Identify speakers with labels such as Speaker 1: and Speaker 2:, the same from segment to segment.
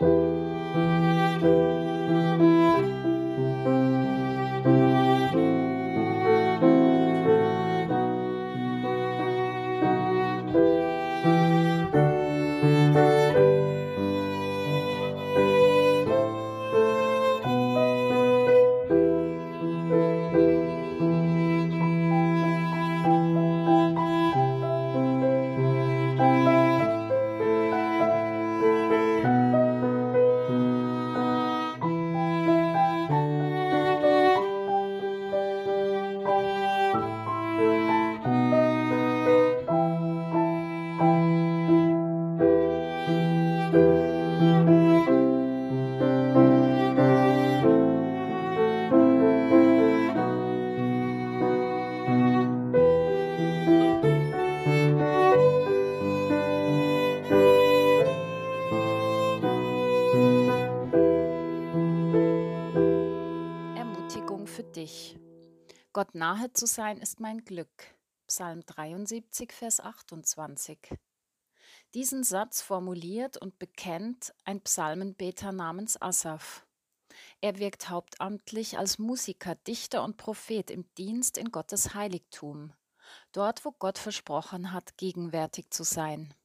Speaker 1: Ermutigung für dich. Gott nahe zu sein ist mein Glück. Psalm 73, Vers 28. Diesen Satz formuliert und bekennt ein Psalmenbeter namens Asaf. Er wirkt hauptamtlich als Musiker, Dichter und Prophet im Dienst in Gottes Heiligtum, dort wo Gott versprochen hat, gegenwärtig zu sein.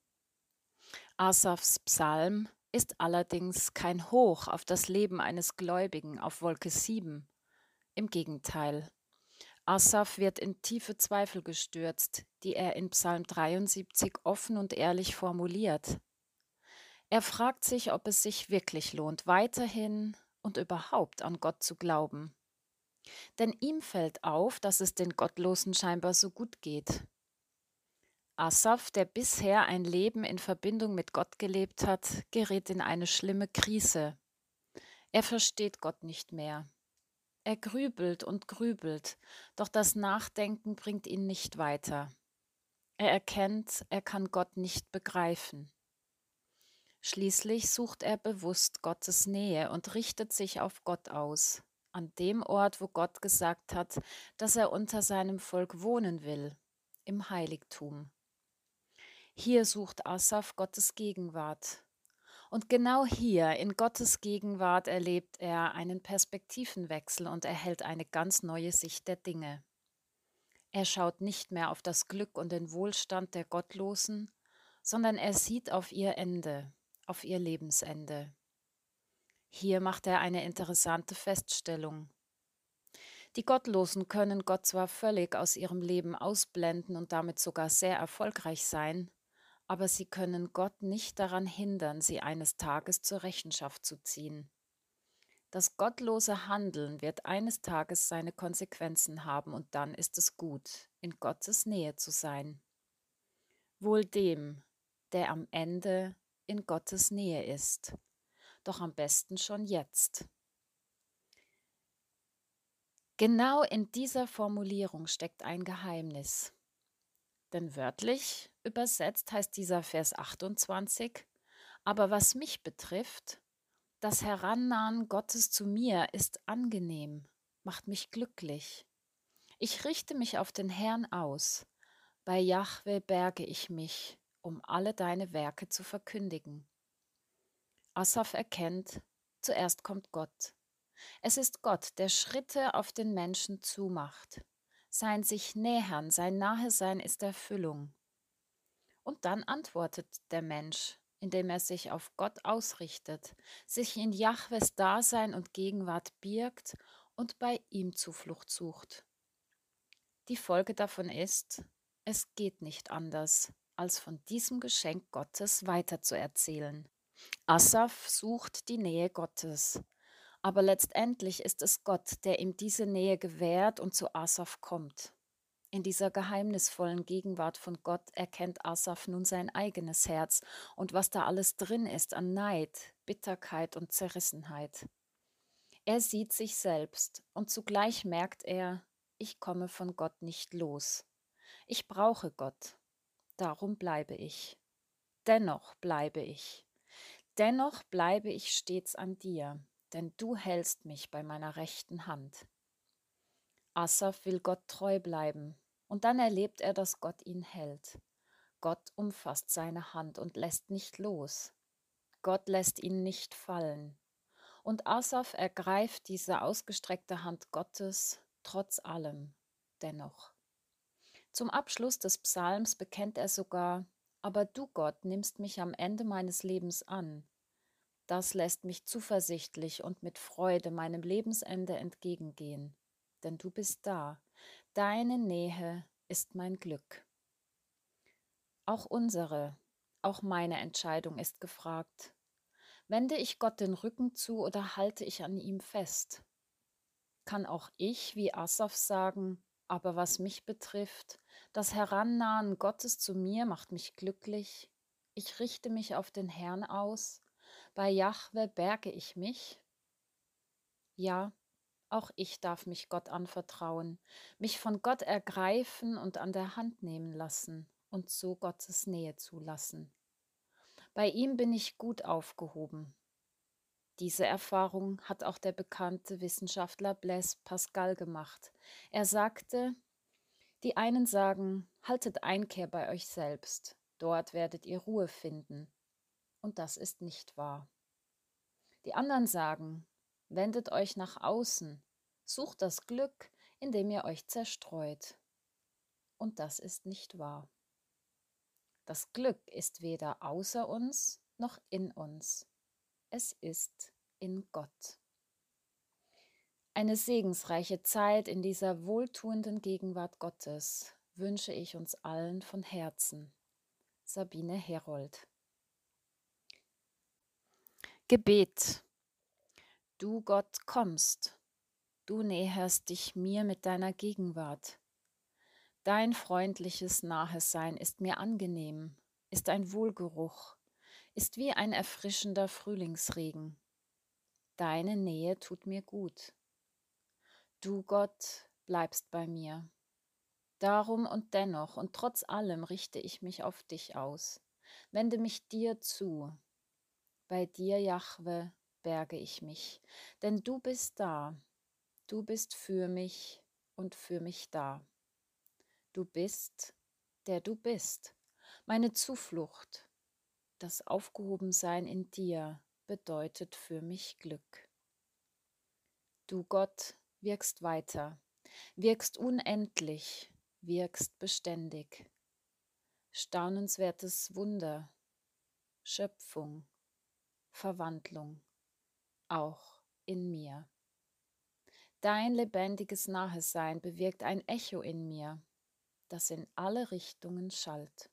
Speaker 1: Asafs Psalm ist allerdings kein Hoch auf das Leben eines Gläubigen auf Wolke 7. Im Gegenteil. Asaf wird in tiefe Zweifel gestürzt, die er in Psalm 73 offen und ehrlich formuliert. Er fragt sich, ob es sich wirklich lohnt, weiterhin und überhaupt an Gott zu glauben. Denn ihm fällt auf, dass es den Gottlosen scheinbar so gut geht. Asaf, der bisher ein Leben in Verbindung mit Gott gelebt hat, gerät in eine schlimme Krise. Er versteht Gott nicht mehr. Er grübelt, doch das Nachdenken bringt ihn nicht weiter. Er erkennt, er kann Gott nicht begreifen. Schließlich sucht er bewusst Gottes Nähe und richtet sich auf Gott aus, an dem Ort, wo Gott gesagt hat, dass er unter seinem Volk wohnen will, im Heiligtum. Hier sucht Asaf Gottes Gegenwart. Und genau hier, in Gottes Gegenwart, erlebt er einen Perspektivenwechsel und erhält eine ganz neue Sicht der Dinge. Er schaut nicht mehr auf das Glück und den Wohlstand der Gottlosen, sondern er sieht auf ihr Ende, auf ihr Lebensende. Hier macht er eine interessante Feststellung. Die Gottlosen können Gott zwar völlig aus ihrem Leben ausblenden und damit sogar sehr erfolgreich sein, aber sie können Gott nicht daran hindern, sie eines Tages zur Rechenschaft zu ziehen. Das gottlose Handeln wird eines Tages seine Konsequenzen haben und dann ist es gut, in Gottes Nähe zu sein. Wohl dem, der am Ende in Gottes Nähe ist, doch am besten schon jetzt. Genau in dieser Formulierung steckt ein Geheimnis. Denn wörtlich übersetzt heißt dieser Vers 28, aber was mich betrifft, das Herannahen Gottes zu mir ist angenehm, macht mich glücklich. Ich richte mich auf den Herrn aus. Bei Jahwe berge ich mich, um alle deine Werke zu verkündigen. Asaf erkennt, zuerst kommt Gott. Es ist Gott, der Schritte auf den Menschen zumacht. Sein sich nähern, sein Nahesein ist Erfüllung. Und dann antwortet der Mensch, indem er sich auf Gott ausrichtet, sich in Jahwes Dasein und Gegenwart birgt und bei ihm Zuflucht sucht. Die Folge davon ist, es geht nicht anders, als von diesem Geschenk Gottes weiterzuerzählen. Asaf sucht die Nähe Gottes, aber letztendlich ist es Gott, der ihm diese Nähe gewährt und zu Asaf kommt. In dieser geheimnisvollen Gegenwart von Gott erkennt Asaf nun sein eigenes Herz und was da alles drin ist an Neid, Bitterkeit und Zerrissenheit. Er sieht sich selbst und zugleich merkt er, ich komme von Gott nicht los. Ich brauche Gott, darum bleibe ich. Dennoch bleibe ich. Dennoch bleibe ich stets an dir, denn du hältst mich bei meiner rechten Hand. Asaf will Gott treu bleiben, und dann erlebt er, dass Gott ihn hält. Gott umfasst seine Hand und lässt nicht los. Gott lässt ihn nicht fallen. Und Asaf ergreift diese ausgestreckte Hand Gottes trotz allem dennoch. Zum Abschluss des Psalms bekennt er sogar: Aber du, Gott, nimmst mich am Ende meines Lebens an. Das lässt mich zuversichtlich und mit Freude meinem Lebensende entgegengehen. Denn du bist da. Deine Nähe ist mein Glück. Auch auch meine Entscheidung ist gefragt. Wende ich Gott den Rücken zu oder halte ich an ihm fest? Kann auch ich, wie Asaf, sagen: Aber was mich betrifft, das Herannahen Gottes zu mir macht mich glücklich. Ich richte mich auf den Herrn aus. Bei Jahwe berge ich mich. Ja, auch ich darf mich Gott anvertrauen, mich von Gott ergreifen und an der Hand nehmen lassen und so Gottes Nähe zulassen. Bei ihm bin ich gut aufgehoben. Diese Erfahrung hat auch der bekannte Wissenschaftler Blaise Pascal gemacht. Er sagte: Die einen sagen, haltet Einkehr bei euch selbst, dort werdet ihr Ruhe finden. Und das ist nicht wahr. Die anderen sagen, wendet euch nach außen, sucht das Glück, indem ihr euch zerstreut. Und das ist nicht wahr. Das Glück ist weder außer uns noch in uns. Es ist in Gott. Eine segensreiche Zeit in dieser wohltuenden Gegenwart Gottes wünsche ich uns allen von Herzen. Sabine Herold. Gebet. Du Gott kommst, du näherst dich mir mit deiner Gegenwart. Dein freundliches Nahesein ist mir angenehm, ist ein Wohlgeruch, ist wie ein erfrischender Frühlingsregen. Deine Nähe tut mir gut. Du Gott bleibst bei mir. Darum und dennoch und trotz allem richte ich mich auf dich aus, wende mich dir zu. Bei dir, Jahwe, berge ich mich, denn du bist da, du bist für mich und für mich da. Du bist, der du bist, meine Zuflucht. Das Aufgehobensein in dir bedeutet für mich Glück. Du Gott wirkst weiter, wirkst unendlich, wirkst beständig. Staunenswertes Wunder, Schöpfung, Verwandlung, auch in mir. Dein lebendiges Nahesein bewirkt ein Echo in mir, das in alle Richtungen schallt.